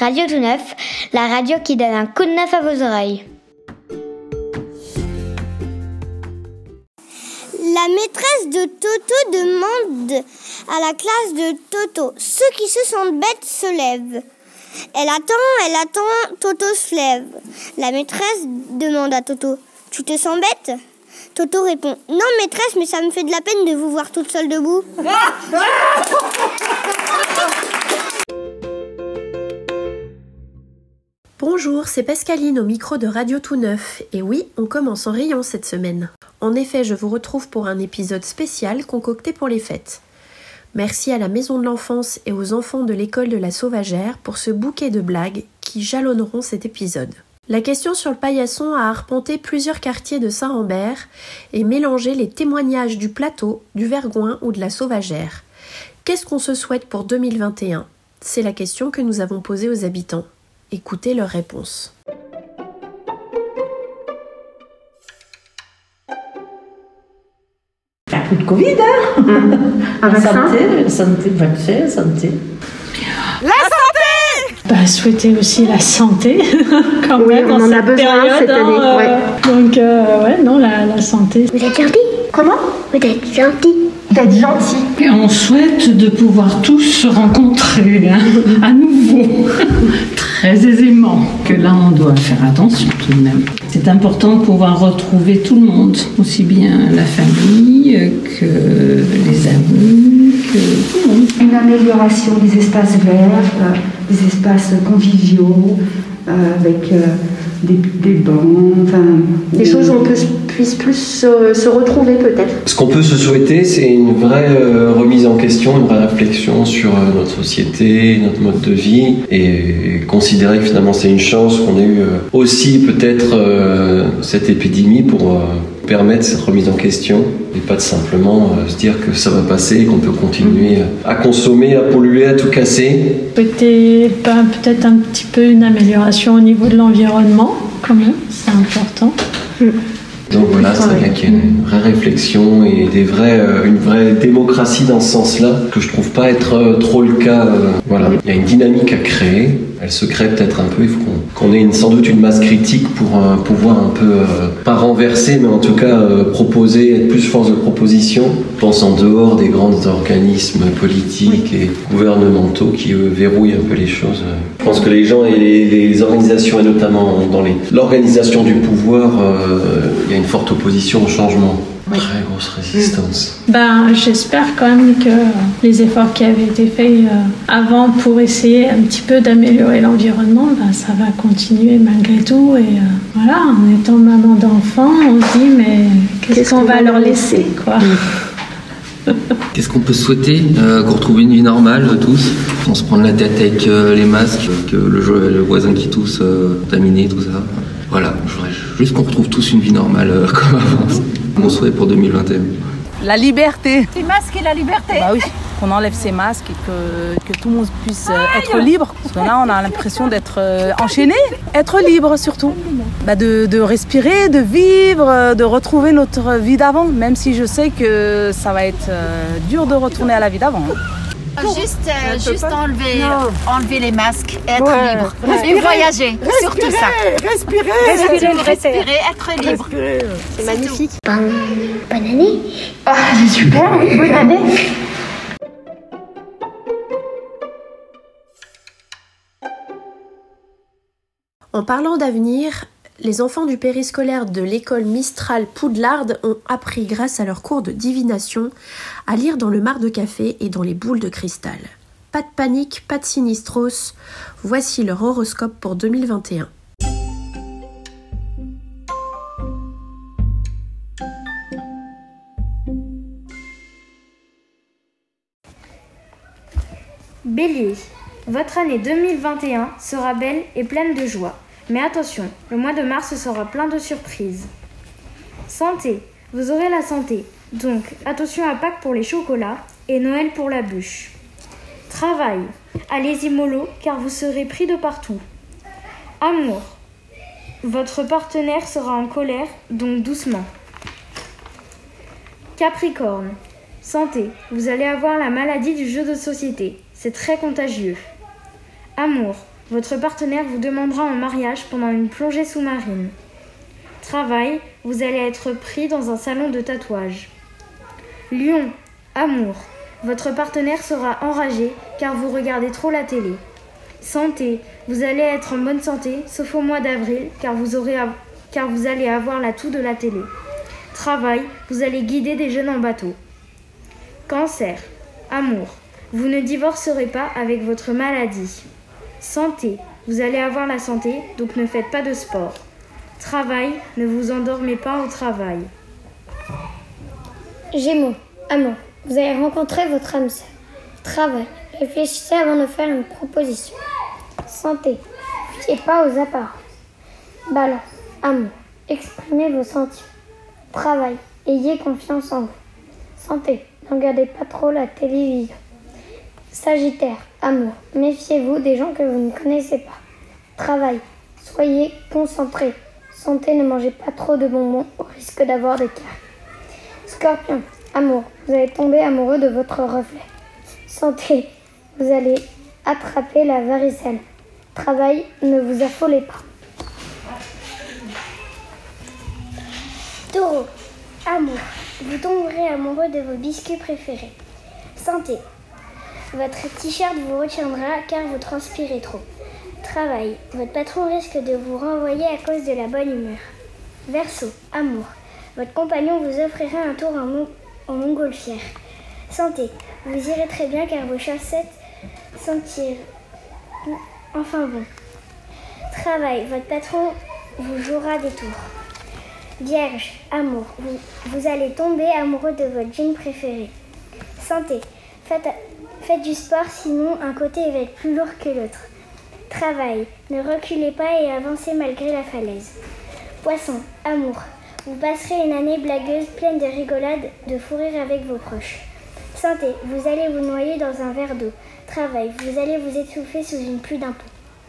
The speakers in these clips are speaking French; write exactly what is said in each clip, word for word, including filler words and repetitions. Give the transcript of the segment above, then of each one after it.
Radio Tout Neuf, la radio qui donne un coup de neuf à vos oreilles. La maîtresse de Toto demande à la classe de Toto. Ceux qui se sentent bêtes se lèvent. Elle attend, elle attend, Toto se lève. La maîtresse demande à Toto. Tu te sens bête ? Toto répond. Non maîtresse, mais ça me fait de la peine de vous voir toute seule debout. Bonjour, c'est Pascaline au micro de Radio Tout Neuf. Et oui, on commence en riant cette semaine. En effet, je vous retrouve pour un épisode spécial concocté pour les fêtes. Merci à la Maison de l'Enfance et aux enfants de l'école de la Sauvagère pour ce bouquet de blagues qui jalonneront cet épisode. La question sur le paillasson a arpenté plusieurs quartiers de Saint-Rambert et mélangé les témoignages du plateau, du Vergoing ou de la Sauvagère. Qu'est-ce qu'on se souhaite pour deux mille vingt et un ? C'est la question que nous avons posée aux habitants. Écoutez leurs réponses. Coup de Covid, hein mmh. Un vaccin. Santé, santé, vaccin, santé. La santé. Bah, souhaiter aussi la santé, quand oui, même, on dans en cette a besoin période, cette année. Hein, ouais. euh, donc, euh, ouais, non, la, la santé. Vous êtes gentil ? Comment ? Vous êtes gentil. D'être gentil. Et on souhaite de pouvoir tous se rencontrer hein, à nouveau, très aisément. Que là, on doit faire attention tout de même. C'est important de pouvoir retrouver tout le monde, aussi bien la famille que les amis, que tout le monde. Une amélioration des espaces verts, euh, des espaces conviviaux, euh, avec euh, des, des bancs, enfin... Des choses où on peut, puisse plus se, se retrouver peut-être. Ce qu'on peut se souhaiter, c'est une vraie euh, remise en question, une vraie réflexion sur euh, notre société, notre mode de vie, et considérer que finalement c'est une chance qu'on ait eu euh, aussi peut-être euh, cette épidémie pour... Euh, permettre cette remise en question et pas de simplement euh, se dire que ça va passer et qu'on peut continuer à consommer, à polluer, à tout casser. Peut-être, peut-être un petit peu une amélioration au niveau de l'environnement, quand même, c'est important. Mm. Donc voilà, c'est bien qu'il y ait une vraie réflexion et des vrais, euh, une vraie démocratie dans ce sens-là, que je trouve pas être euh, trop le cas. Euh, voilà, il y a une dynamique à créer. Elle se crée peut-être un peu. Il faut qu'on, qu'on ait une, sans doute une masse critique pour euh, pouvoir un peu, euh, pas renverser, mais en tout cas euh, proposer, être plus force de proposition. Je pense en dehors des grands organismes politiques et gouvernementaux qui eux, verrouillent un peu les choses. Je pense que les gens et les, les organisations, et notamment dans les, l'organisation du pouvoir, euh, il y a une forte opposition au changement. Oui. Très grosse résistance. Ben, j'espère quand même que les efforts qui avaient été faits euh, avant pour essayer un petit peu d'améliorer l'environnement, ben, ça va continuer malgré tout. Et euh, voilà, en étant maman d'enfant, on se dit mais qu'est-ce, qu'est-ce qu'on, qu'on va leur laisser, quoi. Qu'est-ce qu'on peut souhaiter euh, qu'on retrouve une vie normale euh, tous, sans se prendre la tête avec euh, les masques, que le, le voisin qui tousse, euh, contaminé, tout ça. Voilà, je voudrais juste qu'on retrouve tous une vie normale euh, comme avant. Mon souhait pour deux mille vingt et un. La liberté. Les masques et la liberté. Bah oui, qu'on enlève ces masques et que, que tout le monde puisse euh, être libre. Parce que là, on a l'impression d'être euh, enchaîné. Être libre surtout. Bah de, de respirer, de vivre, de retrouver notre vie d'avant. Même si je sais que ça va être euh, dur de retourner à la vie d'avant. Juste, euh, juste enlever, enlever les masques, être ouais. libre. Respirer, et voyager, respirer, surtout ça. Respirer, respirer, respirer, être libre. Respirer. C'est magnifique. Bonne, bonne année. Ah, c'est super, bonne année. En parlant d'avenir, les enfants du périscolaire de l'école Mistral Poudlard ont appris, grâce à leur cours de divination, à lire dans le marc de café et dans les boules de cristal. Pas de panique, pas de sinistros, voici leur horoscope pour deux mille vingt et un. Bélier, votre année deux mille vingt et un sera belle et pleine de joie. Mais attention, le mois de mars sera plein de surprises. Santé, vous aurez la santé, donc attention à Pâques pour les chocolats et Noël pour la bûche. Travail, allez-y mollo car vous serez pris de partout. Amour, votre partenaire sera en colère, donc doucement. Capricorne, santé, vous allez avoir la maladie du jeu de société, c'est très contagieux. Amour, votre partenaire vous demandera en mariage pendant une plongée sous-marine. Travail, vous allez être pris dans un salon de tatouage. Lion, amour, votre partenaire sera enragé car vous regardez trop la télé. Santé, vous allez être en bonne santé, sauf au mois d'avril car vous, aurez av- car vous allez avoir la toux de la télé. Travail, vous allez guider des jeunes en bateau. Cancer, amour, vous ne divorcerez pas avec votre maladie. Santé, vous allez avoir la santé, donc ne faites pas de sport. Travail, ne vous endormez pas au travail. Gémeaux, amour, vous allez rencontrer votre âme sœur. Travail, réfléchissez avant de faire une proposition. Santé, ne fiez pas aux apparences. Balance, amour, exprimez vos sentiments. Travail, ayez confiance en vous. Santé, ne regardez pas trop la télévision. Sagittaire, amour, méfiez-vous des gens que vous ne connaissez pas. Travail, soyez concentrés. Santé, ne mangez pas trop de bonbons au risque d'avoir des caries. Scorpion, amour, vous allez tomber amoureux de votre reflet. Santé, vous allez attraper la varicelle. Travail, ne vous affolez pas. Taureau, amour, vous tomberez amoureux de vos biscuits préférés. Santé, votre t-shirt vous retiendra car vous transpirez trop. Travail, votre patron risque de vous renvoyer à cause de la bonne humeur. Verseau, amour, votre compagnon vous offrira un tour en, mon- en montgolfière. Santé, vous irez très bien car vos chaussettes sentiront enfin bon. Travail, votre patron vous jouera des tours. Vierge, amour, vous, vous allez tomber amoureux de votre jean préféré. Santé, faites, faites du sport sinon un côté va être plus lourd que l'autre. Travail, ne reculez pas et avancez malgré la falaise. Poisson, amour, vous passerez une année blagueuse pleine de rigolades, de fou rire avec vos proches. Santé, vous allez vous noyer dans un verre d'eau. Travail, vous allez vous étouffer sous une pluie d'impôts.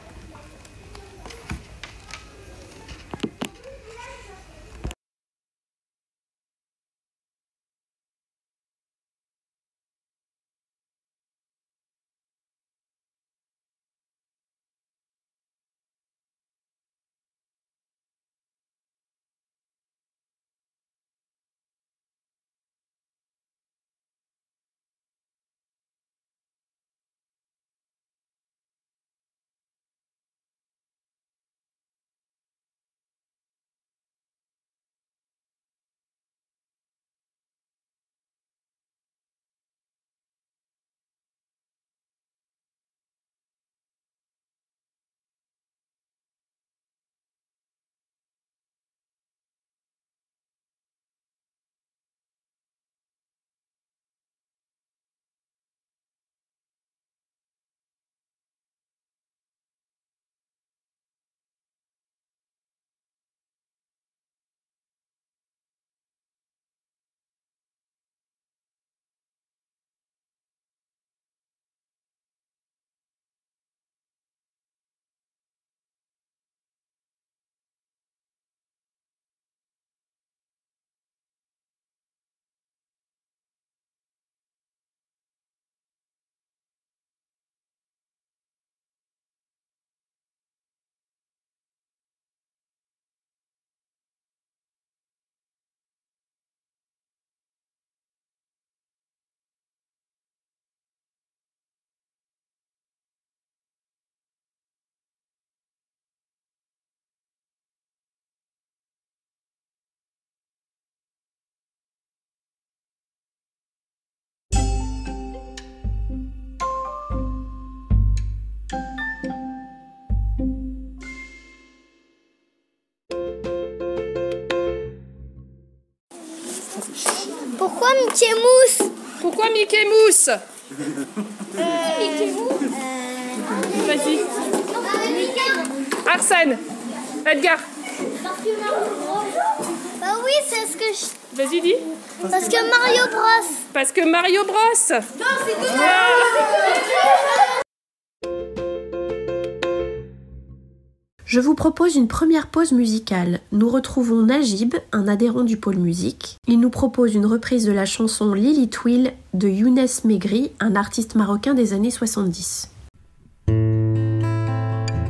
Pourquoi Mickey Mouse? Pourquoi Mickey Mouse? euh, Mickey Mouse euh... Vas-y. Arsène. Edgar. Parce que Mario Bros. Bah oui, c'est ce que je... Vas-y, dis. Parce que Mario Bros. Parce que Mario Bros. Non, c'est que Mario. Je vous propose une première pause musicale. Nous retrouvons Najib, un adhérent du pôle musique. Il nous propose une reprise de la chanson Lily Twill de Younes Megri, un artiste marocain des années soixante-dix.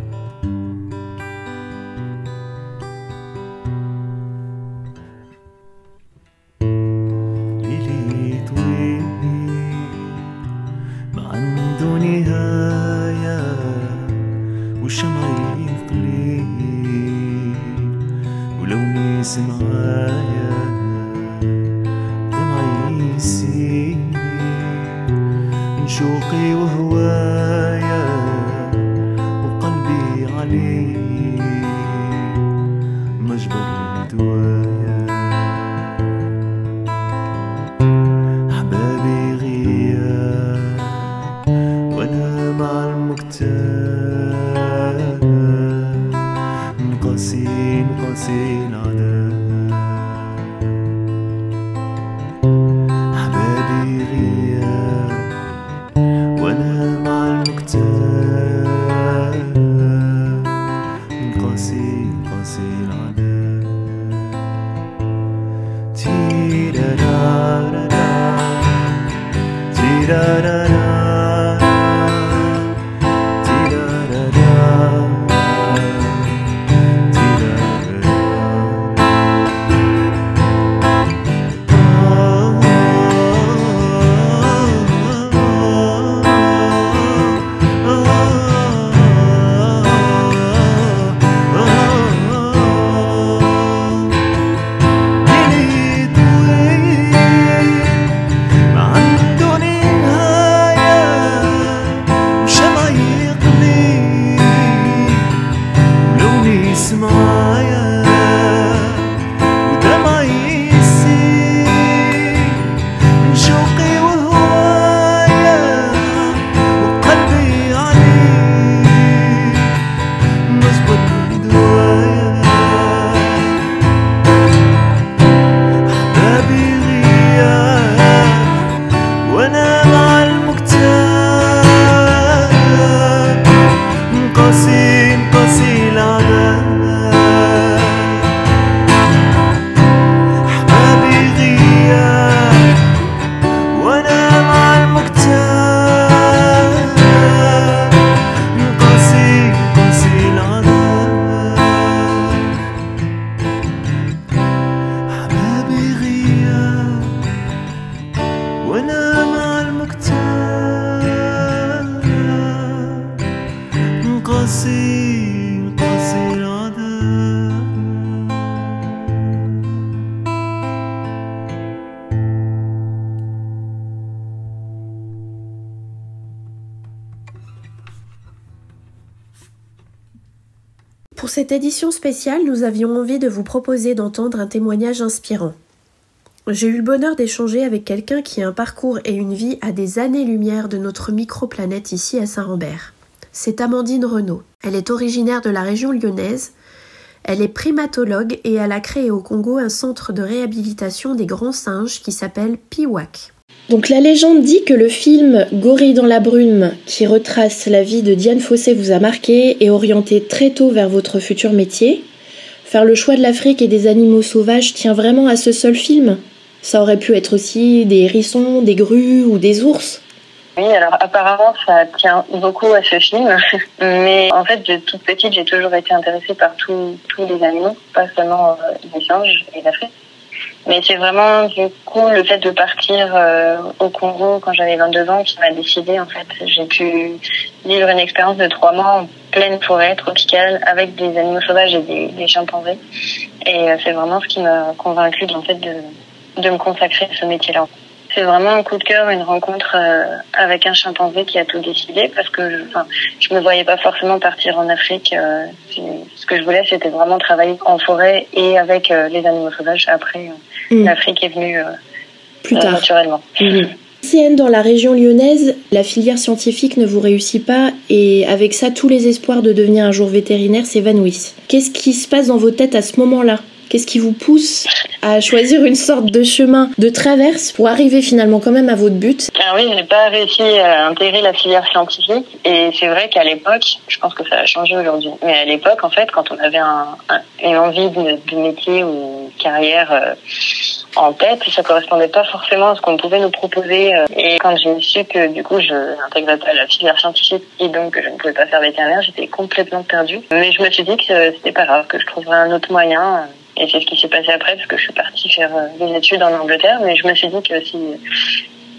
شوقي وهوايا وقلبي عليه مجبر دوايا أحبابي غياب وأنا مع المكتاب نقاسي نقاسي العذاب أحبابي غياب وأنا مع المكتاب نقاسي نقاسي العذاب تيرارارارا تيرارارارا Pour cette édition spéciale, nous avions envie de vous proposer d'entendre un témoignage inspirant. J'ai eu le bonheur d'échanger avec quelqu'un qui a un parcours et une vie à des années-lumière de notre microplanète ici à Saint-Rambert. C'est Amandine Renaud. Elle est originaire de la région lyonnaise. Elle est primatologue et elle a créé au Congo un centre de réhabilitation des grands singes qui s'appelle Piwak. Donc la légende dit que le film Gorille dans la brume, qui retrace la vie de Diane Fossé, vous a marqué et orienté très tôt vers votre futur métier. Faire le choix de l'Afrique et des animaux sauvages tient vraiment à ce seul film ? Ça aurait pu être aussi des hérissons, des grues ou des ours. Oui, alors apparemment ça tient beaucoup à ce film, mais en fait de toute petite j'ai toujours été intéressée par tous tous les animaux, pas seulement euh, les singes et l'Afrique. Mais c'est vraiment du coup le fait de partir euh, au Congo quand j'avais vingt-deux ans qui m'a décidé en fait. J'ai pu vivre une expérience de trois mois en pleine forêt tropicale avec des animaux sauvages et des, des chimpanzés. Et euh, c'est vraiment ce qui m'a convaincue en fait de de me consacrer à ce métier-là. C'est vraiment un coup de cœur, une rencontre euh, avec un chimpanzé qui a tout décidé parce que je, enfin, je me voyais pas forcément partir en Afrique. Euh, ce que je voulais, c'était vraiment travailler en forêt et avec euh, les animaux sauvages. Après, euh, mmh. l'Afrique est venue euh, plus tard, euh, naturellement. Mmh. C N dans la région lyonnaise, la filière scientifique ne vous réussit pas et avec ça, tous les espoirs de devenir un jour vétérinaire s'évanouissent. Qu'est-ce qui se passe dans vos têtes à ce moment-là ? Qu'est-ce qui vous pousse à choisir une sorte de chemin de traverse pour arriver finalement quand même à votre but ? Alors oui, je n'ai pas réussi à intégrer la filière scientifique et c'est vrai qu'à l'époque, je pense que ça a changé aujourd'hui, mais à l'époque en fait, quand on avait un, un, une envie de, de métier ou de carrière euh, en tête, ça correspondait pas forcément à ce qu'on pouvait nous proposer. Euh, et quand j'ai su que du coup je n'intégrais pas la filière scientifique et donc que je ne pouvais pas faire vétérinaire, j'étais complètement perdue. Mais je me suis dit que c'était pas grave, que je trouverais un autre moyen. Euh, Et c'est ce qui s'est passé après, parce que je suis partie faire des études en Angleterre, mais je me suis dit que si,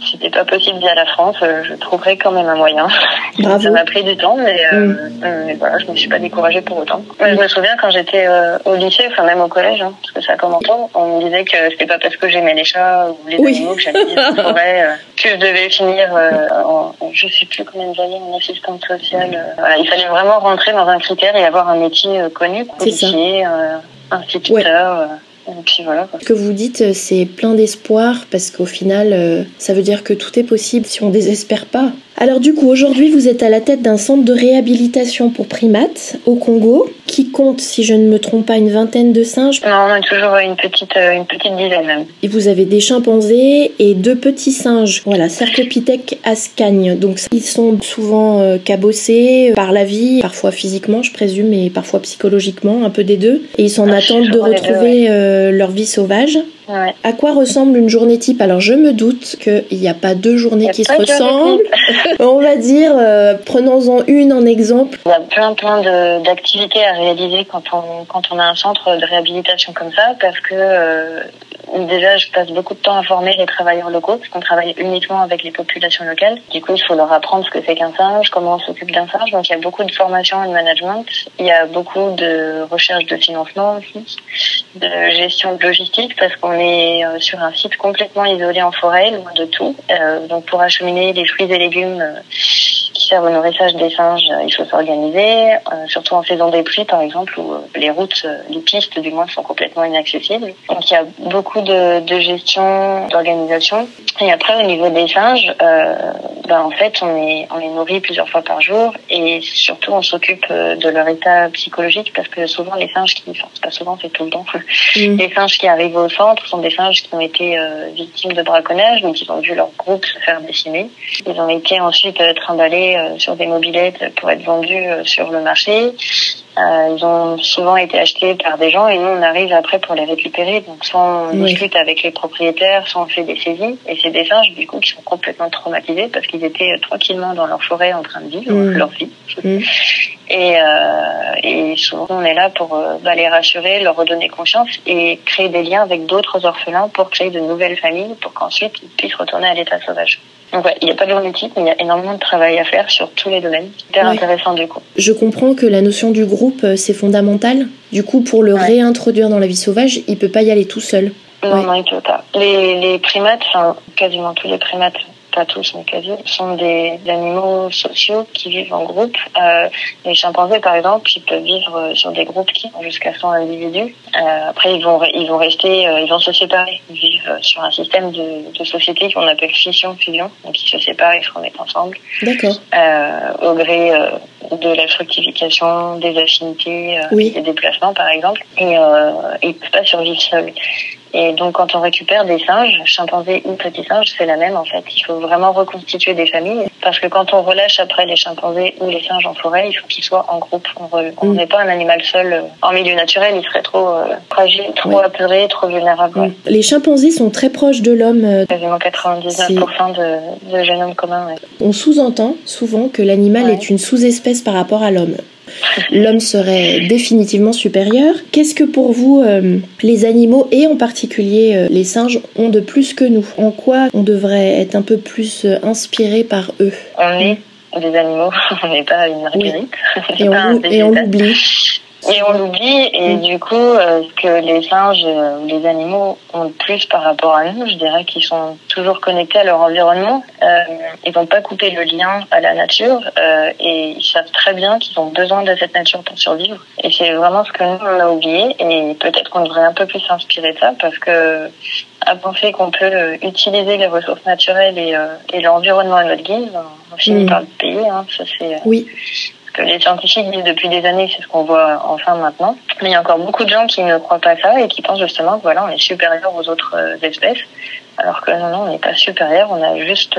si c'était pas possible via la France, euh, je trouverais quand même un moyen. Bravo. Ça m'a pris du temps, mais, euh, Mm. euh, mais voilà, je me suis pas découragée pour autant. Moi, je me souviens quand j'étais euh, au lycée, enfin même au collège, hein, parce que ça commence tôt, on me disait que c'était pas parce que j'aimais les chats ou les Oui. animaux que j'allais vivre en forêt, euh, que je devais finir euh, en, je sais plus combien d'années, en assistante sociale. euh. Voilà, il fallait vraiment rentrer dans un critère et avoir un métier euh, connu, C'est ça. policier, euh, instituteur. Euh, et puis voilà, quoi. Ce que vous dites, c'est plein d'espoir parce qu'au final, euh, ça veut dire que tout est possible si on désespère pas. Alors du coup, aujourd'hui, vous êtes à la tête d'un centre de réhabilitation pour primates au Congo qui compte, si je ne me trompe pas, une vingtaine de singes. Non, on a toujours une petite, euh, une petite dizaine même. Et vous avez des chimpanzés et deux petits singes. Voilà, Cercopithèque ascagne. Donc ils sont souvent euh, cabossés par la vie, parfois physiquement, je présume, et parfois psychologiquement, un peu des deux. Et ils sont en Ah, attente de souvent les retrouver deux, ouais. euh, leur vie sauvage. Ouais. À quoi ressemble une journée type? Alors je me doute qu'il n'y a pas deux journées qui se pas de journée ressemblent. On va dire, euh, prenons-en une en exemple. Il y a plein plein de, d'activités à réaliser quand on, quand on a un centre de réhabilitation comme ça, parce que euh, déjà je passe beaucoup de temps à former les travailleurs locaux, parce qu'on travaille uniquement avec les populations locales. Du coup, il faut leur apprendre ce que c'est qu'un singe, comment on s'occupe d'un singe. Donc il y a beaucoup de formation et de management. Il y a beaucoup de recherche de financement aussi, de gestion de logistique, parce qu'on est euh, sur un site complètement isolé en forêt, loin de tout. Euh, donc pour acheminer les fruits et légumes euh, qui servent au nourrissage des singes, euh, il faut s'organiser, euh, surtout en saison des pluies par exemple, où euh, les routes, euh, les pistes du moins sont complètement inaccessibles. Donc il y a beaucoup de, de gestion, d'organisation. Et après au niveau des singes, euh, ben, en fait on est on les nourrit plusieurs fois par jour et surtout on s'occupe euh, de leur état psychologique, parce que souvent les singes qui, enfin c'est pas souvent, c'est tout le temps, Mm. les singes qui arrivent au centre sont des singes qui ont été euh, victimes de braconnage, donc ils ont vu leur groupe se faire décimer. Ils ont été ensuite euh, trimballés euh, sur des mobylettes pour être vendus euh, sur le marché. Euh, ils ont souvent été achetés par des gens et nous on arrive après pour les récupérer. Donc soit on Oui. discute avec les propriétaires, soit on fait des saisies. Et c'est des singes du coup qui sont complètement traumatisés parce qu'ils étaient euh, tranquillement dans leur forêt en train de vivre Mm. leur vie. Mm. Et, euh, et souvent on est là pour euh, bah, les rassurer, leur redonner confiance et créer des liens avec d'autres orphelins pour créer de nouvelles familles pour qu'ensuite ils puissent retourner à l'état sauvage. Donc ouais, il n'y a pas de journée type, mais il y a énormément de travail à faire sur tous les domaines. Hyper Ouais. intéressant du coup. Je comprends que la notion du groupe, euh, c'est fondamental. Du coup, pour le Ouais. réintroduire dans la vie sauvage, il peut pas y aller tout seul. Non, Ouais. non, il peut pas. Les, les primates, enfin, quasiment tous les primates, pas tous, mais quasi, sont des animaux sociaux qui vivent en groupe. Euh, les chimpanzés, par exemple, ils peuvent vivre euh, sur des groupes qui ont jusqu'à cent individus. Euh, après, ils vont, ils vont rester, euh, ils vont se séparer. Ils vivent euh, sur un système de, de société qu'on appelle fission-fusion. Donc, ils se séparent, ils se remettent ensemble. D'accord. Euh, au gré euh, de la fructification, des affinités, euh, Oui. des déplacements, par exemple. Et euh, ils peuvent pas survivre seuls. Et donc, quand on récupère des singes, chimpanzés ou petits singes, c'est la même en fait. Il faut vraiment reconstituer des familles, parce que quand on relâche après les chimpanzés ou les singes en forêt, il faut qu'ils soient en groupe. On n'est pas un animal seul euh, en milieu naturel, il serait trop euh, fragile, trop Oui. apeuré, trop vulnérable. Ouais. Les chimpanzés sont très proches de l'homme. euh, Quasiment quatre-vingt-dix-neuf pour cent de, de génome commun. Ouais. On sous-entend souvent que l'animal est une sous-espèce par rapport à l'homme. L'homme serait définitivement supérieur. Qu'est-ce que pour vous, euh, les animaux, et en particulier euh, les singes, ont de plus que nous? En quoi on devrait être un peu plus euh, inspiré par eux? On est des animaux, on n'est pas une marguerite. Et on, l'ou- et on l'oublie. Et on l'oublie, et du coup, euh, ce que les singes euh, ou les animaux ont de plus par rapport à nous, je dirais qu'ils sont toujours connectés à leur environnement. Euh, ils vont pas couper le lien à la nature, euh, et ils savent très bien qu'ils ont besoin de cette nature pour survivre. Et c'est vraiment ce que nous, on a oublié, et peut-être qu'on devrait un peu plus s'inspirer de ça, parce que à penser qu'on peut euh, utiliser les ressources naturelles et, euh, et l'environnement à notre guise, on finit Mm. par le payer. Hein, ça, c'est, euh, Oui. que les scientifiques disent depuis des années, c'est ce qu'on voit enfin maintenant. Mais il y a encore beaucoup de gens qui ne croient pas ça et qui pensent justement que voilà, on est supérieur aux autres euh, espèces. Alors que non, non, on n'est pas supérieur, on a juste euh,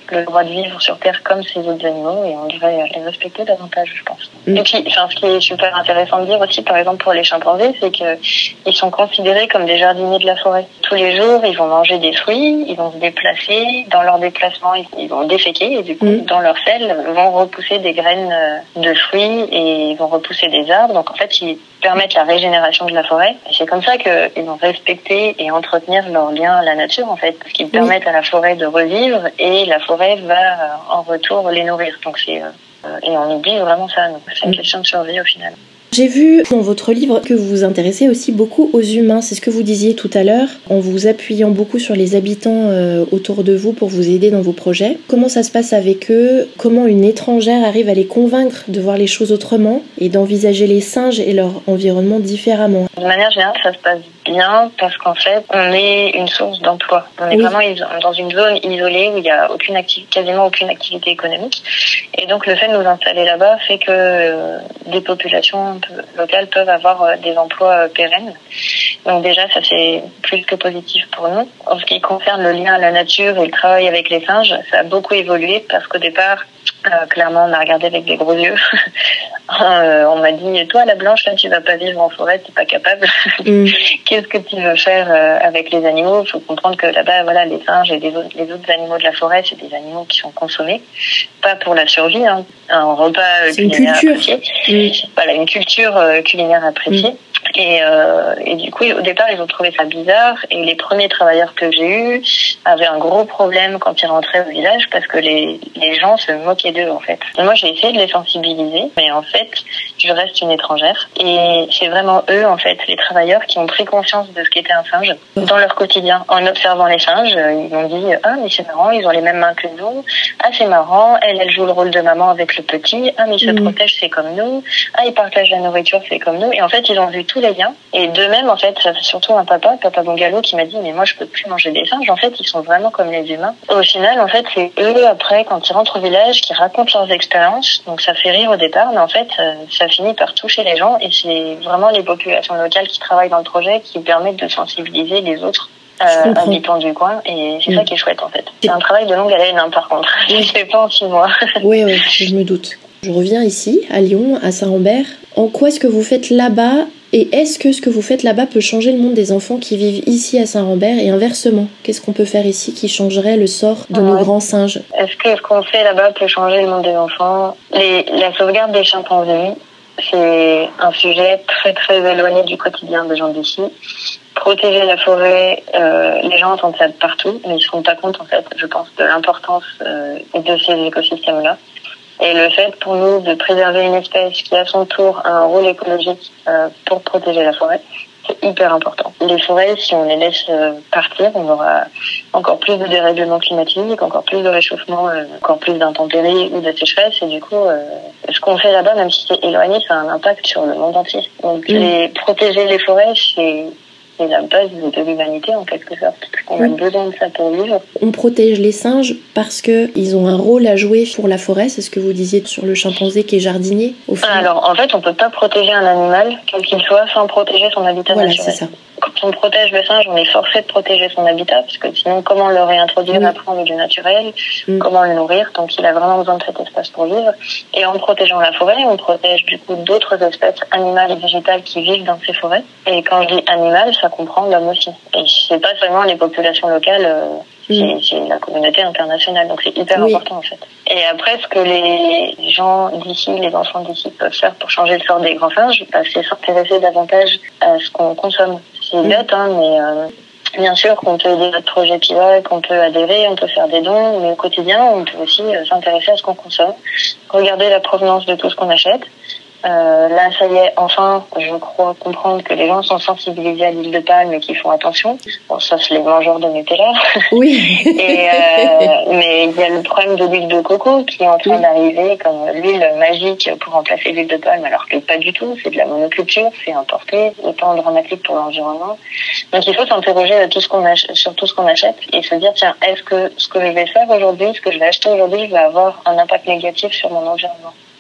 le droit de vivre sur Terre comme ces autres animaux et on devrait les respecter davantage, je pense. Mm. Et puis, enfin, ce qui est super intéressant de dire aussi, par exemple pour les chimpanzés, c'est qu'ils sont considérés comme des jardiniers de la forêt. Tous les jours, ils vont manger des fruits, ils vont se déplacer. Dans leur déplacement, ils vont déféquer et du coup, mm. dans leur selle, vont repousser des graines de fruits et ils vont repousser des arbres. Donc en fait, ils permettent la régénération de la forêt. Et c'est comme ça qu'ils vont respecter et entretenir leur lien à la nature, en fait, parce qu'ils oui. permettent à la forêt de revivre et la forêt va en retour les nourrir. Donc c'est euh, et on oublie vraiment ça. Donc c'est une question de survie au final. J'ai vu dans votre livre que vous vous intéressez aussi beaucoup aux humains, c'est ce que vous disiez tout à l'heure, en vous appuyant beaucoup sur les habitants euh, autour de vous pour vous aider dans vos projets. Comment ça se passe avec eux? Comment une étrangère arrive à les convaincre de voir les choses autrement et d'envisager les singes et leur environnement différemment? De manière générale, ça se passe bien parce qu'en fait, on est une source d'emploi. On est oui. vraiment dans une zone isolée où il n'y a aucune activité, quasiment aucune activité économique. Et donc le fait de nous installer là-bas fait que euh, des populations locales peuvent avoir euh, des emplois euh, pérennes. Donc déjà, ça c'est plus que positif pour nous. En ce qui concerne le lien à la nature et le travail avec les singes, ça a beaucoup évolué parce qu'au départ, Euh, clairement, on m'a regardé avec des gros yeux. euh, on m'a dit, toi, la blanche, là, tu vas pas vivre en forêt, t'es pas capable. Mm. Qu'est-ce que tu veux faire euh, avec les animaux? Il faut comprendre que là-bas, voilà, les singes et les autres, les autres animaux de la forêt, c'est des animaux qui sont consommés, pas pour la survie, hein. Un repas euh, culinaire apprécié. Mm. Voilà, une culture euh, culinaire appréciée. Mm. Et, euh, et du coup, au départ, ils ont trouvé ça bizarre. Et les premiers travailleurs que j'ai eus avaient un gros problème quand ils rentraient au village parce que les, les gens se moquaient d'eux, en fait. Et moi, j'ai essayé de les sensibiliser, mais en fait, je reste une étrangère. Et c'est vraiment eux, en fait, les travailleurs qui ont pris conscience de ce qu'était un singe dans leur quotidien. En observant les singes, ils m'ont dit « Ah, mais c'est marrant, ils ont les mêmes mains que nous. Ah, c'est marrant, elle, elle joue le rôle de maman avec le petit. Ah, mais ils se mmh. protègent, c'est comme nous. Ah, ils partagent la nourriture, c'est comme nous. » Et en fait, ils ont vu tous les liens. Et d'eux-mêmes, en fait, c'est surtout un papa, Papa Bongalo, qui m'a dit « Mais moi, je peux plus manger des singes. » En fait, ils sont vraiment comme les humains. Au final, en fait, c'est eux, après, quand ils rentrent au village, qui racontent leurs expériences. Donc, ça fait rire au départ, mais en fait, ça finit par toucher les gens. Et c'est vraiment les populations locales qui travaillent dans le projet qui permettent de sensibiliser les autres euh, habitants du coin. Et c'est mmh. ça qui est chouette, en fait. C'est un travail de longue haleine, hein, par contre. Je ne fais pas en six mois. Oui, oui, je me doute. Je reviens ici, à Lyon, à Saint-Rambert. En quoi est-ce que vous faites là-bas et est-ce que ce que vous faites là-bas peut changer le monde des enfants qui vivent ici à Saint-Rambert et inversement? Qu'est-ce qu'on peut faire ici qui changerait le sort de ouais. nos grands singes? Est-ce que ce qu'on fait là-bas peut changer le monde des enfants? Les, La sauvegarde des chimpanzés, c'est un sujet très très éloigné du quotidien des gens d'ici. Protéger la forêt, euh, les gens entendent ça de partout, mais ils se rendent pas compte, en fait, je pense, de l'importance euh, de ces écosystèmes-là. Et le fait pour nous de préserver une espèce qui à son tour a un rôle écologique euh, pour protéger la forêt, c'est hyper important. Les forêts, si on les laisse euh, partir, on aura encore plus de dérèglements climatiques, encore plus de réchauffement, euh, encore plus d'intempéries ou de sécheresse. Et du coup, euh, ce qu'on fait là-bas, même si c'est éloigné, ça a un impact sur le monde entier. Donc mmh. les, protéger les forêts, c'est... c'est la base de l'humanité en quelque sorte. On a oui. besoin de ça pour vivre. On protège les singes parce qu'ils ont un rôle à jouer pour la forêt, c'est ce que vous disiez sur le chimpanzé qui est jardinier au fond. Alors en fait, on peut pas protéger un animal, quel qu'il soit, sans protéger son habitat voilà, naturel. C'est ça. Quand on protège le singe, on est forcé de protéger son habitat, parce que sinon, comment le réintroduire oui. après en milieu naturel, mm. comment le nourrir, donc il a vraiment besoin de cet espace pour vivre. Et en protégeant la forêt, on protège du coup d'autres espèces animales et végétales qui vivent dans ces forêts. Et quand je dis animal, ça comprend l'homme aussi. Et c'est pas seulement les populations locales, euh, mm. c'est, c'est la communauté internationale, donc c'est hyper oui. important en fait. Et après, ce que les gens d'ici, les enfants d'ici peuvent faire pour changer le sort des grands singes, bah, c'est s'intéresser davantage à ce qu'on consomme. C'est bête, hein, mais euh, bien sûr qu'on peut aider notre projet pilote, qu'on peut adhérer, on peut faire des dons, mais au quotidien, on peut aussi euh, s'intéresser à ce qu'on consomme, regarder la provenance de tout ce qu'on achète. Euh, là, ça y est, enfin, je crois comprendre que les gens sont sensibilisés à l'huile de palme et qu'ils font attention. Bon, sauf les mangeurs de Nutella. Oui. et, euh, mais il y a le problème de l'huile de coco qui est en train oui. d'arriver comme l'huile magique pour remplacer l'huile de palme, alors que pas du tout. C'est de la monoculture, c'est importé, autant dramatique pour l'environnement. Donc il faut s'interroger à tout ce qu'on ach- sur tout ce qu'on achète et se dire, tiens, est-ce que ce que je vais faire aujourd'hui, ce que je vais acheter aujourd'hui, va avoir un impact négatif sur mon environnement?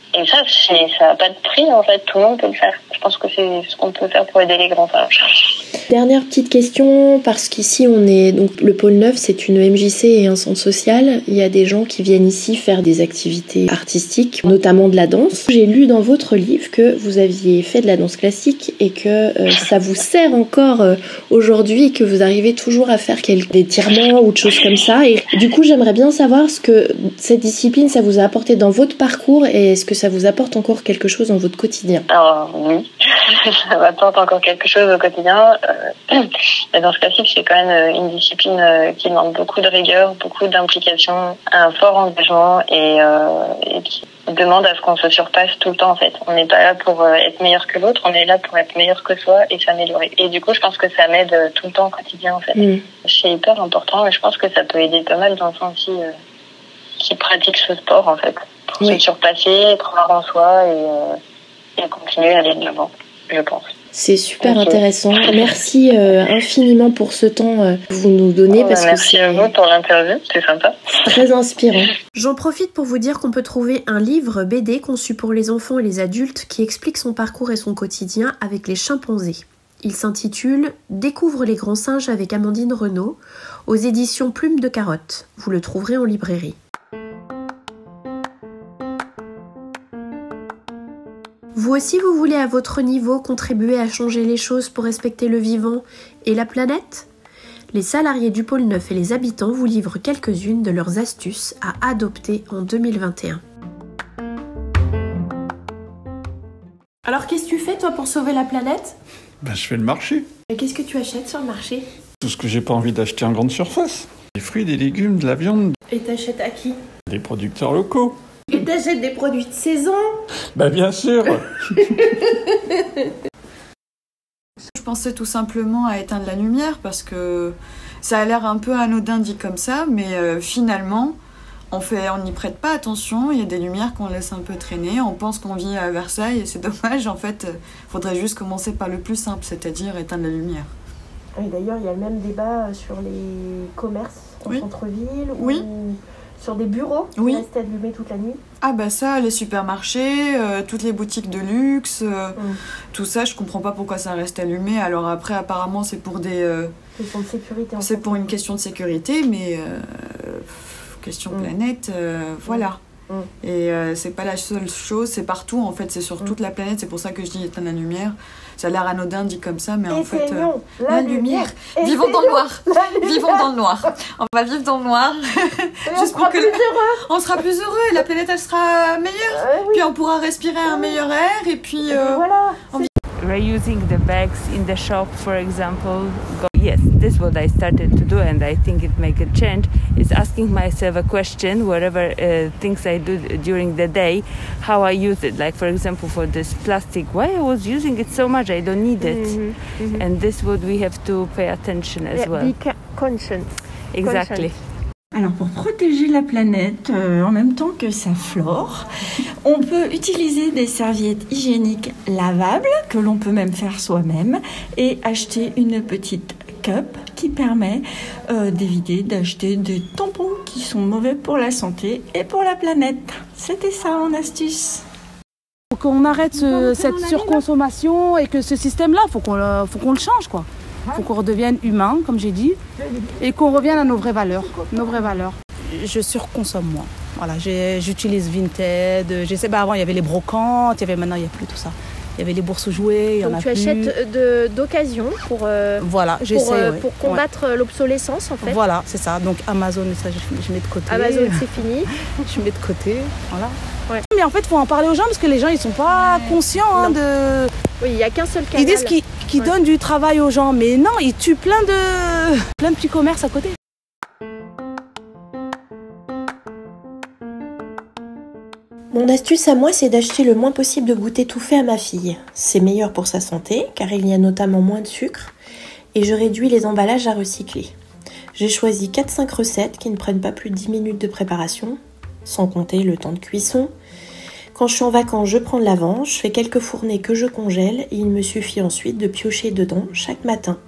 Et ça, c'est, ça n'a pas de prix, en fait. Tout le monde peut le faire. Je pense que c'est ce qu'on peut faire pour aider les grands-parents. Dernière petite question, parce qu'ici on est donc le pôle neuf, c'est une M J C et un centre social. Il y a des gens qui viennent ici faire des activités artistiques, notamment de la danse. J'ai lu dans votre livre que vous aviez fait de la danse classique et que euh, ça vous sert encore euh, aujourd'hui et que vous arrivez toujours à faire quelques des tirements ou de choses comme ça. Et du coup, j'aimerais bien savoir ce que cette discipline ça vous a apporté dans votre parcours et est-ce que ça vous apporte encore quelque chose dans votre quotidien? Alors oui, ça m'apporte encore quelque chose au quotidien. Euh, la danse classique, c'est quand même une discipline qui demande beaucoup de rigueur, beaucoup d'implication, un fort engagement et, euh, et qui demande à ce qu'on se surpasse tout le temps en fait. On n'est pas là pour être meilleur que l'autre, on est là pour être meilleur que soi et s'améliorer. Et du coup, je pense que ça m'aide tout le temps au quotidien en fait. Mmh. C'est hyper important et je pense que ça peut aider pas mal d'enfants aussi euh, qui pratiquent ce sport en fait. Pour oui. se surpasser, croire en soi et, euh, et continuer à aller de l'avant, je pense. C'est super okay. intéressant. Merci euh, infiniment pour ce temps euh, que vous nous donnez. Oh, parce merci que c'est à vous pour l'interview, c'est sympa. Très inspirant. J'en profite pour vous dire qu'on peut trouver un livre B D conçu pour les enfants et les adultes qui explique son parcours et son quotidien avec les chimpanzés. Il s'intitule « Découvre les grands singes avec Amandine Renaud » aux éditions Plume de Carotte. Vous le trouverez en librairie. Vous aussi, vous voulez à votre niveau contribuer à changer les choses pour respecter le vivant et la planète ? Les salariés du pôle neuf et les habitants vous livrent quelques-unes de leurs astuces à adopter en deux mille vingt et un. Alors, qu'est-ce que tu fais, toi, pour sauver la planète ? Ben, je fais le marché. Et qu'est-ce que tu achètes sur le marché ? Tout ce que j'ai pas envie d'acheter en grande surface. Des fruits, des légumes, de la viande. Et t'achètes à qui ? Des producteurs locaux. Et t'achètes des produits de saison ? Bah bien sûr. Je pensais tout simplement à éteindre la lumière parce que ça a l'air un peu anodin dit comme ça, mais euh, finalement, on fait, on n'y prête pas attention. Il y a des lumières qu'on laisse un peu traîner. On pense qu'on vit à Versailles et c'est dommage. En fait, il faudrait juste commencer par le plus simple, c'est-à-dire éteindre la lumière. Et d'ailleurs, il y a le même débat sur les commerces en oui. centre-ville. Oui. Ou... sur des bureaux qui oui. restent allumés toute la nuit. Ah bah ça, les supermarchés, euh, toutes les boutiques de luxe, euh, mm. tout ça, je comprends pas pourquoi ça reste allumé. Alors après, apparemment, c'est pour des... Euh, question de sécurité. En c'est fait. pour une question de sécurité, mais euh, question mm. planète, euh, voilà. Mm. Et euh, c'est pas la seule chose, c'est partout, en fait, c'est sur mm. toute la planète. C'est pour ça que je dis éteindre la lumière. Ça a l'air anodin dit comme ça, mais et en fait... Euh, la, la lumière, lumière. Vivons dans le noir. Vivons dans le noir. On va vivre dans le noir. on sera plus heureux. On sera plus heureux et la planète, elle sera meilleure. Euh, oui. Puis on pourra respirer un meilleur air et puis... Euh, voilà. On... Reusing the bags in the shop, for example. Go, yes, this is what I started to do, and I think it make a change. Is asking myself a question, whatever uh, things I do during the day, how I use it. Like, for example, for this plastic, why I was using it so much, I don't need it. Mm-hmm. Mm-hmm. And this would we have to pay attention as yeah, well. Be ca- conscious. Exactly. Conscious. Alors pour protéger la planète euh, en même temps que sa flore, on peut utiliser des serviettes hygiéniques lavables que l'on peut même faire soi-même et acheter une petite cup qui permet euh, d'éviter d'acheter des tampons qui sont mauvais pour la santé et pour la planète. C'était ça en astuce. Faut qu'on arrête ce, cette surconsommation et que ce système-là, faut qu'on le, faut qu'on le change quoi. Il faut qu'on redevienne humain, comme j'ai dit, et qu'on revienne à nos vraies valeurs. Nos vraies valeurs. Je surconsomme, moi. Voilà, j'ai, j'utilise Vinted. J'essaie, bah avant, il y avait les brocantes, il y avait, maintenant, il n'y a plus tout ça. Il y avait les bourses aux jouets, il y en a plus. Donc tu achètes de, d'occasion pour, euh, voilà, j'essaie, pour, euh, ouais. pour combattre ouais. l'obsolescence, en fait. Voilà, c'est ça. Donc Amazon, ça, je, je mets de côté. Amazon, c'est fini. Je mets de côté, voilà. Ouais. Mais en fait, il faut en parler aux gens parce que les gens, ils sont pas conscients hein, de... Oui, il n'y a qu'un seul canal. Ils disent qu'ils, qu'ils ouais. donnent du travail aux gens, mais non, ils tuent plein de, plein de petits commerces à côté. Mon astuce à moi, c'est d'acheter le moins possible de goûter tout fait à ma fille. C'est meilleur pour sa santé, car il y a notamment moins de sucre, et je réduis les emballages à recycler. J'ai choisi quatre cinq recettes qui ne prennent pas plus de dix minutes de préparation, sans compter le temps de cuisson. Quand je suis en vacances, je prends de l'avant, je fais quelques fournées que je congèle, et il me suffit ensuite de piocher dedans chaque matin.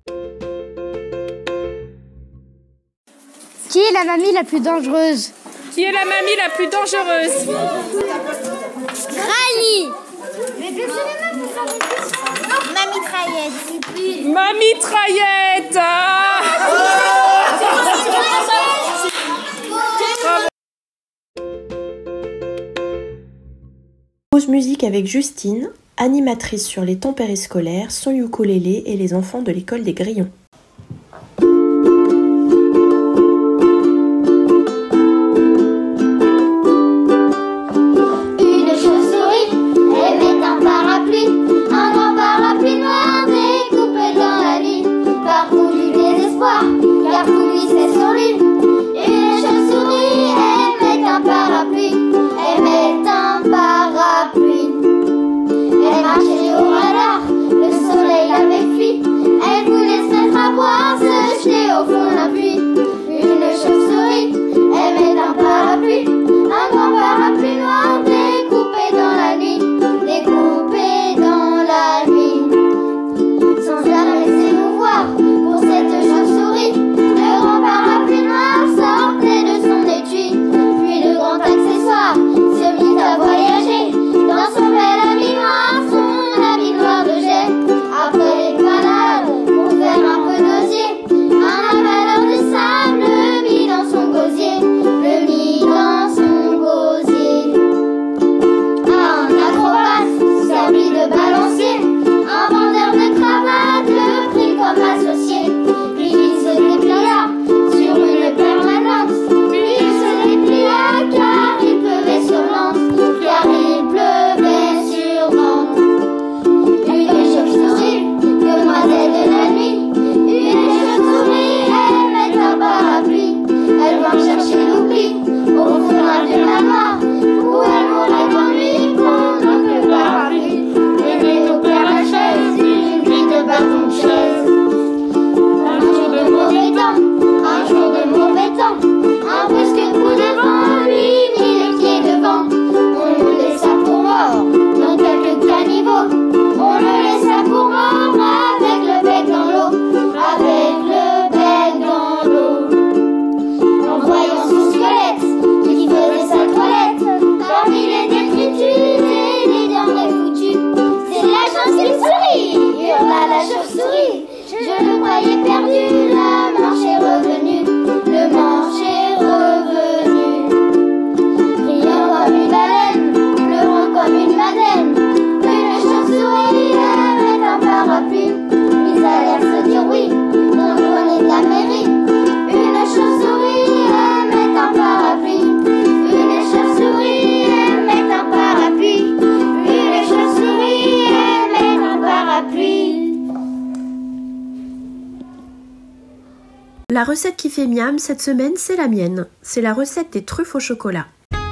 Qui est la mamie la plus dangereuse ? Qui est la mamie la plus dangereuse? Rally. Mamie Traillette. Mamie Traillette. Ah Pause musique avec Justine, animatrice sur les temps périscolaires, son ukulélé et les enfants de l'école des Grillons. La recette qui fait miam cette semaine, c'est la mienne. C'est la recette des truffes au chocolat.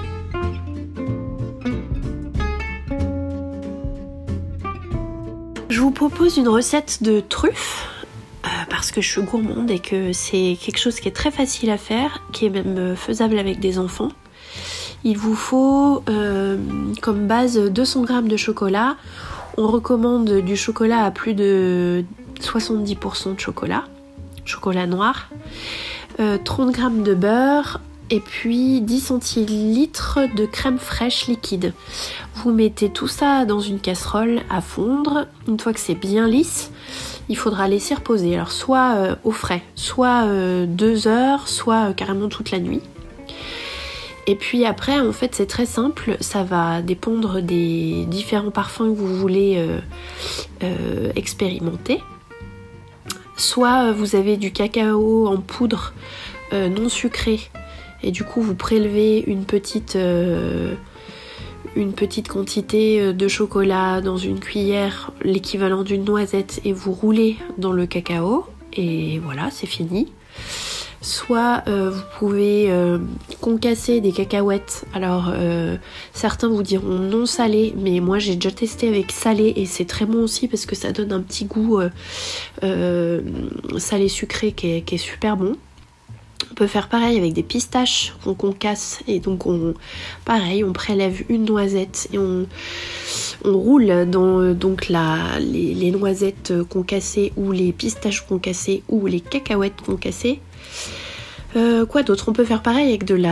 Je vous propose une recette de truffes euh, parce que je suis gourmande et que c'est quelque chose qui est très facile à faire, qui est même faisable avec des enfants. Il vous faut euh, comme base deux cents grammes de chocolat. On recommande du chocolat à plus de soixante-dix pour cent de chocolat. Chocolat noir, euh, trente grammes de beurre et puis dix centilitres de crème fraîche liquide. Vous mettez tout ça dans une casserole à fondre. Une fois que c'est bien lisse, il faudra laisser reposer. Alors soit euh, au frais, soit euh, deux heures, soit euh, carrément toute la nuit. Et puis après, en fait, c'est très simple. Ça va dépendre des différents parfums que vous voulez euh, euh, expérimenter. Soit vous avez du cacao en poudre euh, non sucré et du coup vous prélevez une petite, euh, une petite quantité de chocolat dans une cuillère, l'équivalent d'une noisette, et vous roulez dans le cacao et voilà, c'est fini. Soit euh, vous pouvez euh, concasser des cacahuètes. Alors euh, certains vous diront non salé, mais moi j'ai déjà testé avec salé et c'est très bon aussi parce que ça donne un petit goût euh, euh, salé sucré qui est, qui est super bon. On peut faire pareil avec des pistaches qu'on concasse et donc on, pareil, on prélève une noisette et on, on roule dans donc la, les, les noisettes concassées ou les pistaches concassées ou les cacahuètes concassées. Euh, quoi d'autre? On peut faire pareil avec de la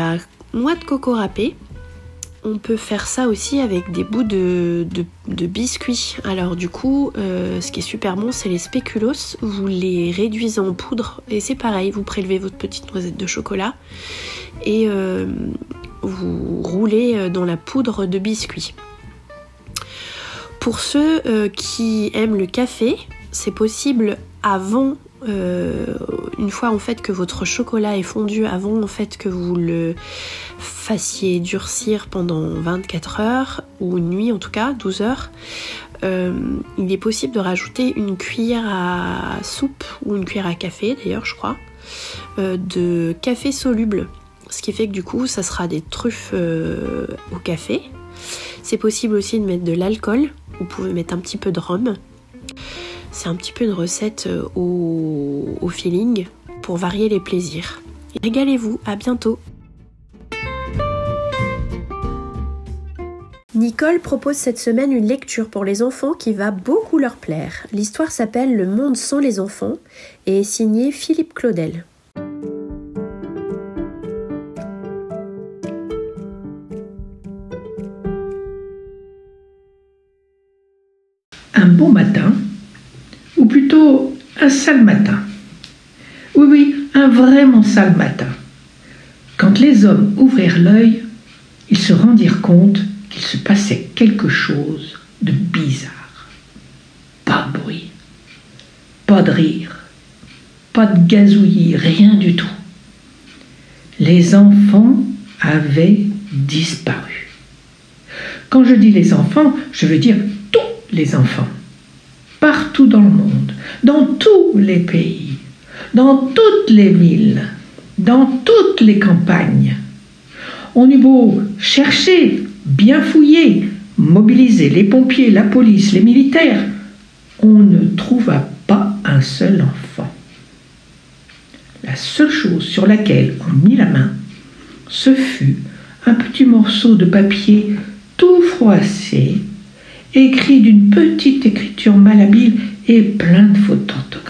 noix de coco râpée. On peut faire ça aussi avec des bouts de, de, de biscuits. Alors du coup, euh, ce qui est super bon, c'est les spéculoos. Vous les réduisez en poudre et c'est pareil, vous prélevez votre petite noisette de chocolat et euh, vous roulez dans la poudre de biscuits. Pour ceux euh, qui aiment le café, c'est possible avant, euh, une fois en fait que votre chocolat est fondu, avant en fait que vous le fassiez durcir pendant vingt-quatre heures, ou une nuit en tout cas, douze heures, euh, il est possible de rajouter une cuillère à soupe, ou une cuillère à café d'ailleurs je crois, euh, de café soluble. Ce qui fait que du coup ça sera des truffes euh, au café. C'est possible aussi de mettre de l'alcool, vous pouvez mettre un petit peu de rhum. C'est un petit peu une recette au, au feeling pour varier les plaisirs. Régalez-vous, à bientôt. Nicole propose cette semaine une lecture pour les enfants qui va beaucoup leur plaire. L'histoire s'appelle Le monde sans les enfants et est signée Philippe Claudel. Un bon matin, ou plutôt un sale matin. Oui, oui, un vraiment sale matin. Quand les hommes ouvrirent l'œil, ils se rendirent compte qu'il se passait quelque chose de bizarre. Pas de bruit, pas de rire, pas de gazouillis, rien du tout. Les enfants avaient disparu. Quand je dis les enfants, je veux dire tous les enfants. Partout dans le monde, dans tous les pays, dans toutes les villes, dans toutes les campagnes. On eut beau chercher, bien fouiller, mobiliser les pompiers, la police, les militaires, on ne trouva pas un seul enfant. La seule chose sur laquelle on mit la main, ce fut un petit morceau de papier tout froissé, écrit d'une petite écriture malhabile et plein de fautes d'orthographe.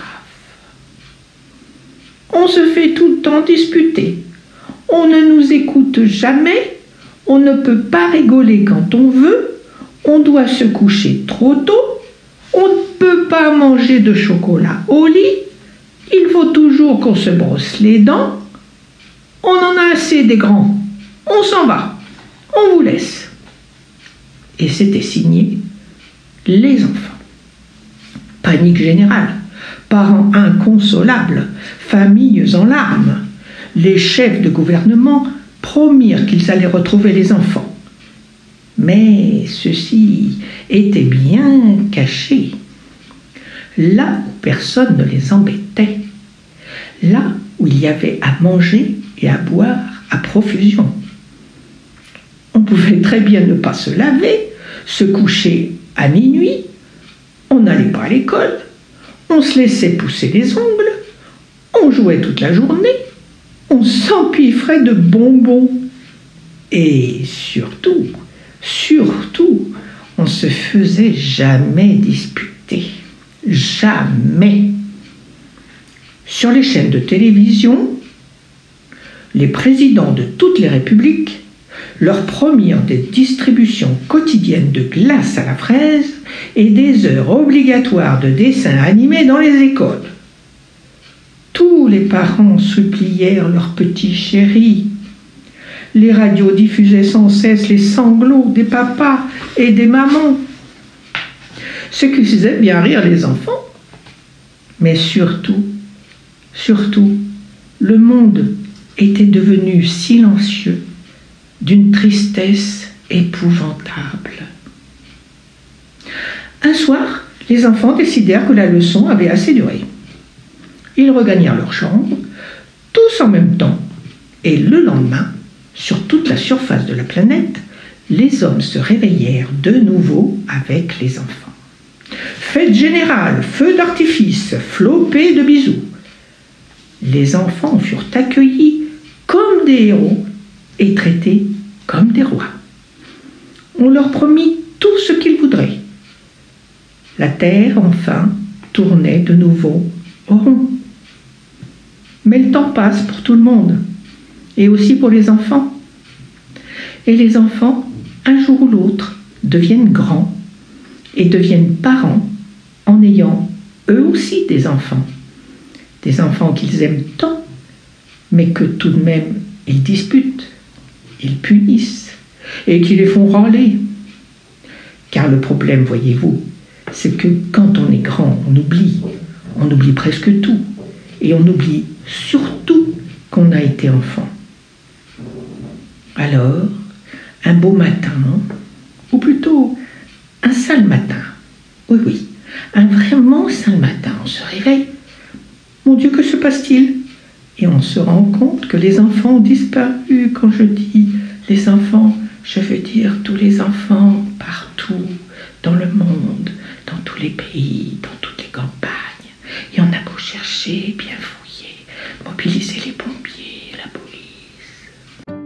On se fait tout le temps disputer. On ne nous écoute jamais. On ne peut pas rigoler quand on veut. On doit se coucher trop tôt. On ne peut pas manger de chocolat au lit. Il faut toujours qu'on se brosse les dents. On en a assez des grands. On s'en va. On vous laisse. Et c'était signé les enfants. Panique générale, parents inconsolables, familles en larmes. Les chefs de gouvernement promirent qu'ils allaient retrouver les enfants. Mais ceci était bien caché. Là où personne ne les embêtait. Là où il y avait à manger et à boire à profusion. On pouvait très bien ne pas se laver, se coucher à minuit, on n'allait pas à l'école, on se laissait pousser les ongles, on jouait toute la journée, on s'empiffrait de bonbons. Et surtout, surtout, on se faisait jamais disputer. Jamais. Sur les chaînes de télévision, les présidents de toutes les républiques leur promirent des distributions quotidiennes de glace à la fraise et des heures obligatoires de dessin animé dans les écoles. Tous les parents supplièrent leurs petits chéris. Les radios diffusaient sans cesse les sanglots des papas et des mamans, ce qui faisait bien rire les enfants. Mais surtout, surtout, le monde était devenu silencieux, d'une tristesse épouvantable. Un soir, les enfants décidèrent que la leçon avait assez duré. Ils regagnèrent leur chambre, tous en même temps, et le lendemain, sur toute la surface de la planète, les hommes se réveillèrent de nouveau avec les enfants. Fête générale, feu d'artifice, flopée de bisous. Les enfants furent accueillis comme des héros et traités comme des rois. On leur promit tout ce qu'ils voudraient. La terre, enfin, tournait de nouveau au rond. Mais le temps passe pour tout le monde, et aussi pour les enfants. Et les enfants, un jour ou l'autre, deviennent grands et deviennent parents en ayant eux aussi des enfants. Des enfants qu'ils aiment tant, mais que tout de même ils disputent, ils punissent et qui les font râler. Car le problème, voyez-vous, c'est que quand on est grand, on oublie. On oublie presque tout. Et on oublie surtout qu'on a été enfant. Alors, un beau matin, ou plutôt un sale matin, oui, oui, un vraiment sale matin, on se réveille. Mon Dieu, que se passe-t-il? Et on se rend compte que les enfants ont disparu. Quand je dis les enfants, je veux dire tous les enfants partout, dans le monde, dans tous les pays, dans toutes les campagnes. Et on a beau chercher, bien fouiller, mobiliser les pompiers, la police.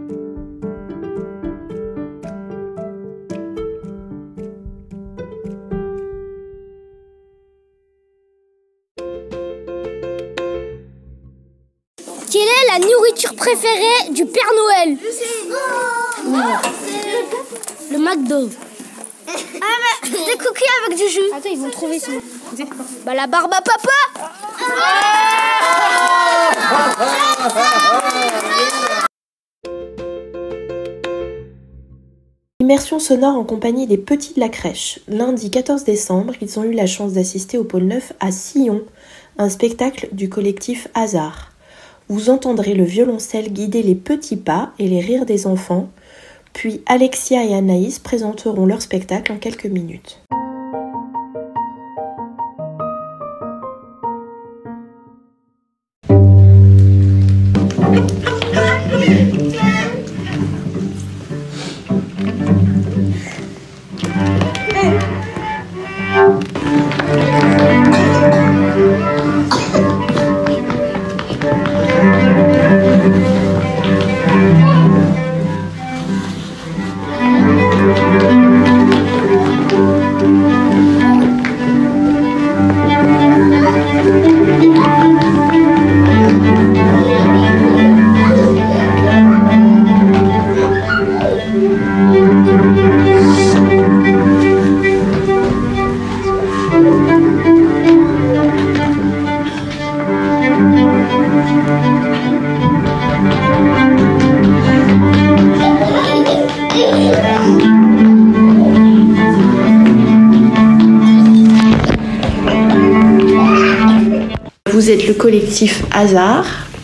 Quelle est la nourriture préférée du Père Noël? Le McDo. Ah, mais des cookies avec du jus. Attends, ils vont trouver ça. Bah la barbe à papa. Immersion sonore en compagnie des petits de la crèche. Lundi quatorze décembre, ils ont eu la chance d'assister au pôle neuf à Sillon, un spectacle du collectif Hasard. Vous entendrez le violoncelle guider les petits pas et les rires des enfants, puis Alexia et Anaïs présenteront leur spectacle en quelques minutes. Vous êtes le collectif Hasard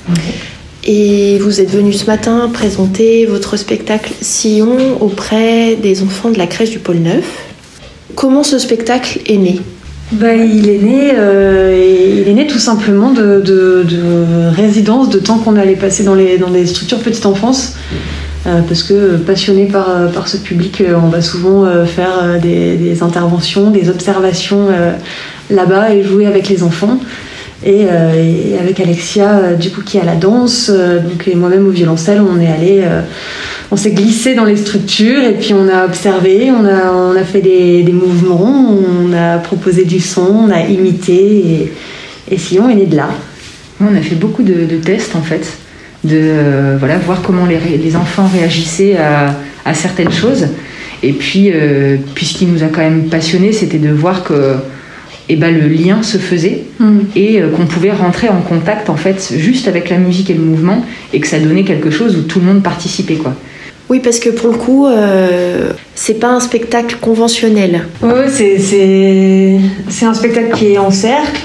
et vous êtes venu ce matin présenter votre spectacle Sillon auprès des enfants de la crèche du pôle neuf. Comment ce spectacle est né? Bah, il est né, euh, il est né tout simplement de, de, de résidence, de temps qu'on allait passer dans les, dans les structures petite enfance. Euh, parce que passionné par, par ce public, euh, on va souvent euh, faire euh, des, des interventions, des observations euh, là-bas et jouer avec les enfants. Et, euh, et avec Alexia, euh, du coup, qui est à la danse, euh, donc, et moi-même au violoncelle, on est allé, euh, on s'est glissé dans les structures et puis on a observé, on a, on a fait des, des mouvements, on a proposé du son, on a imité et, et Sillon est né de là. On a fait beaucoup de, de tests en fait, de euh, voilà, voir comment les, les enfants réagissaient à, à certaines choses. Et puis, euh, puis ce qui nous a quand même passionnés, c'était de voir que et ben, le lien se faisait mmh. et euh, qu'on pouvait rentrer en contact en fait juste avec la musique et le mouvement et que ça donnait quelque chose où tout le monde participait quoi. Oui, parce que pour le coup, euh, c'est pas un spectacle conventionnel. Oui, c'est, c'est, c'est un spectacle qui est en cercle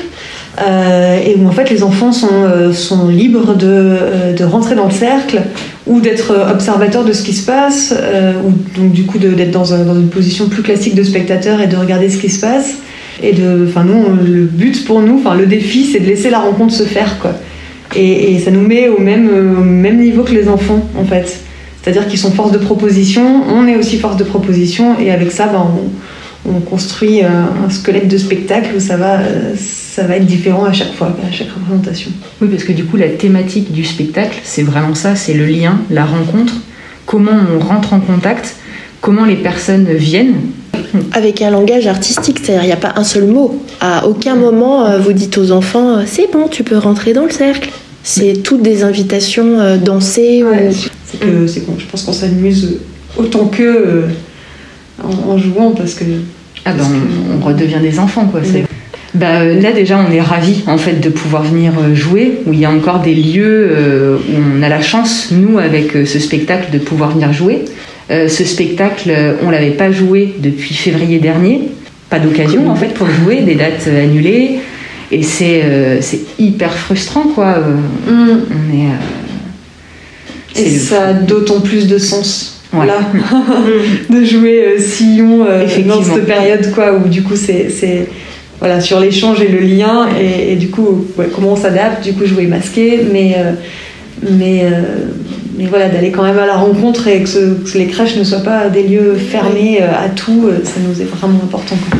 euh, et où en fait les enfants sont, euh, sont libres de, euh, de rentrer dans le cercle ou d'être observateurs de ce qui se passe euh, ou donc du coup de, d'être dans, un, dans une position plus classique de spectateur et de regarder ce qui se passe. Et de, enfin nous, on, le but pour nous, enfin le défi, c'est de laisser la rencontre se faire, quoi. Et, et ça nous met au même, au même niveau que les enfants, en fait. C'est-à-dire qu'ils sont force de proposition, on est aussi force de proposition, et avec ça, ben, on, on construit un, un squelette de spectacle où ça va, ça va être différent à chaque fois, à chaque représentation. Oui, parce que du coup, la thématique du spectacle, c'est vraiment ça, c'est le lien, la rencontre, comment on rentre en contact, comment les personnes viennent. Avec un langage artistique, c'est-à-dire il n'y a pas un seul mot. À aucun moment euh, vous dites aux enfants euh, c'est bon, tu peux rentrer dans le cercle. C'est toutes des invitations euh, dansées. Ouais, ou... c'est que, c'est bon, je pense qu'on s'amuse autant qu'eux euh, en, en jouant parce que. Ah ben parce on, que, on redevient des enfants quoi. C'est... Bah, là déjà on est ravis en fait de pouvoir venir jouer, où il y a encore des lieux euh, où on a la chance, nous avec euh, ce spectacle, de pouvoir venir jouer. Euh, ce spectacle, on l'avait pas joué depuis février dernier, pas d'occasion en fait pour jouer, des dates annulées, et c'est, euh, c'est hyper frustrant quoi. Euh, mm. On est, euh, et ça a d'autant plus de sens. Voilà. de jouer euh, Sillon euh, dans cette période quoi, où du coup c'est, c'est voilà, sur l'échange et le lien, et, et du coup, ouais, comment on s'adapte, du coup, jouer masqué, mais, euh, mais, euh, mais voilà, d'aller quand même à la rencontre et que, ce, que les crèches ne soient pas des lieux fermés euh, à tout, euh, ça nous est vraiment important, quoi.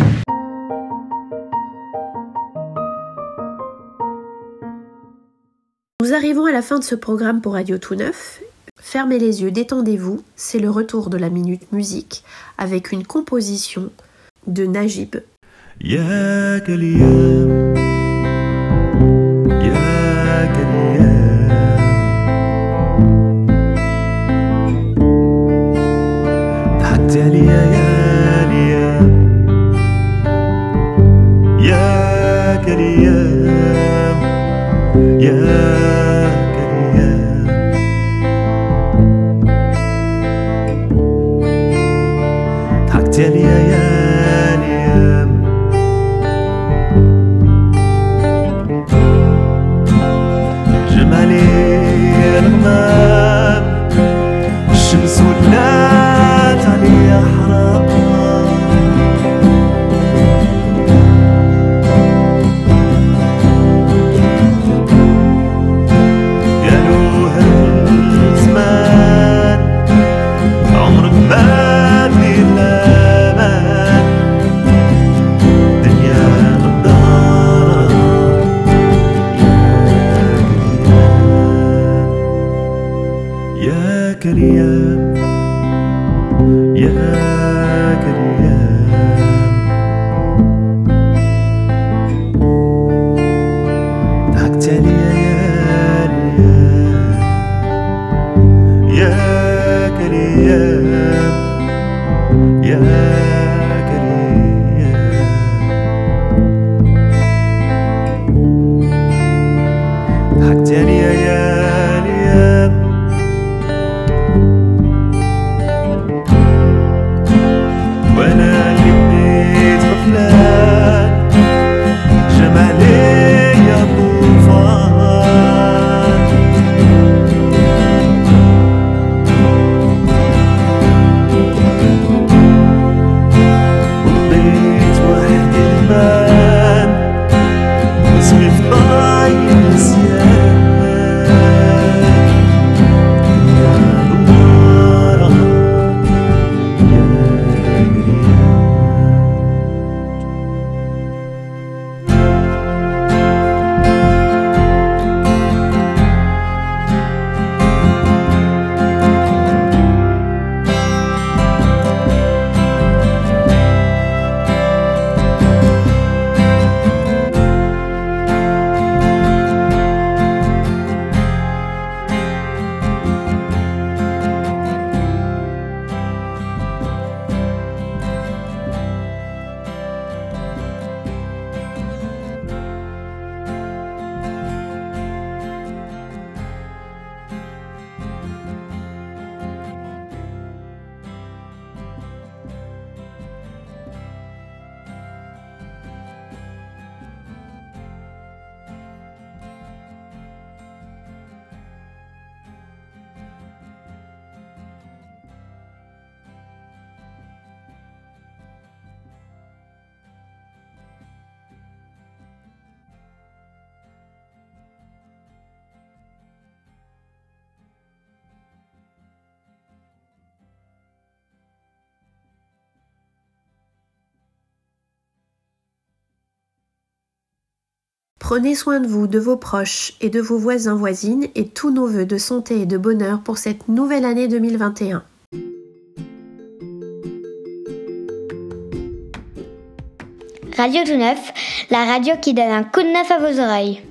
Nous arrivons à la fin de ce programme pour Radio Tout Neuf. Fermez les yeux, détendez-vous, c'est le retour de la Minute Musique avec une composition de Najib. ياك اليوم ياك اليوم ضحكت عليا يا اليوم ياك اليوم ياك اليوم ضحكت عليا يا الشمس ولات عليا حرام قالوا هالزمان عمرك ما في الامان دنيا غدارة يا كريم يا كريم ضحكت عليا يا كريم يا كريم ضحكت عليا يا Prenez soin de vous, de vos proches et de vos voisins voisines et tous nos vœux de santé et de bonheur pour cette nouvelle année deux mille vingt et un. Radio Tout Neuf, la radio qui donne un coup de neuf à vos oreilles.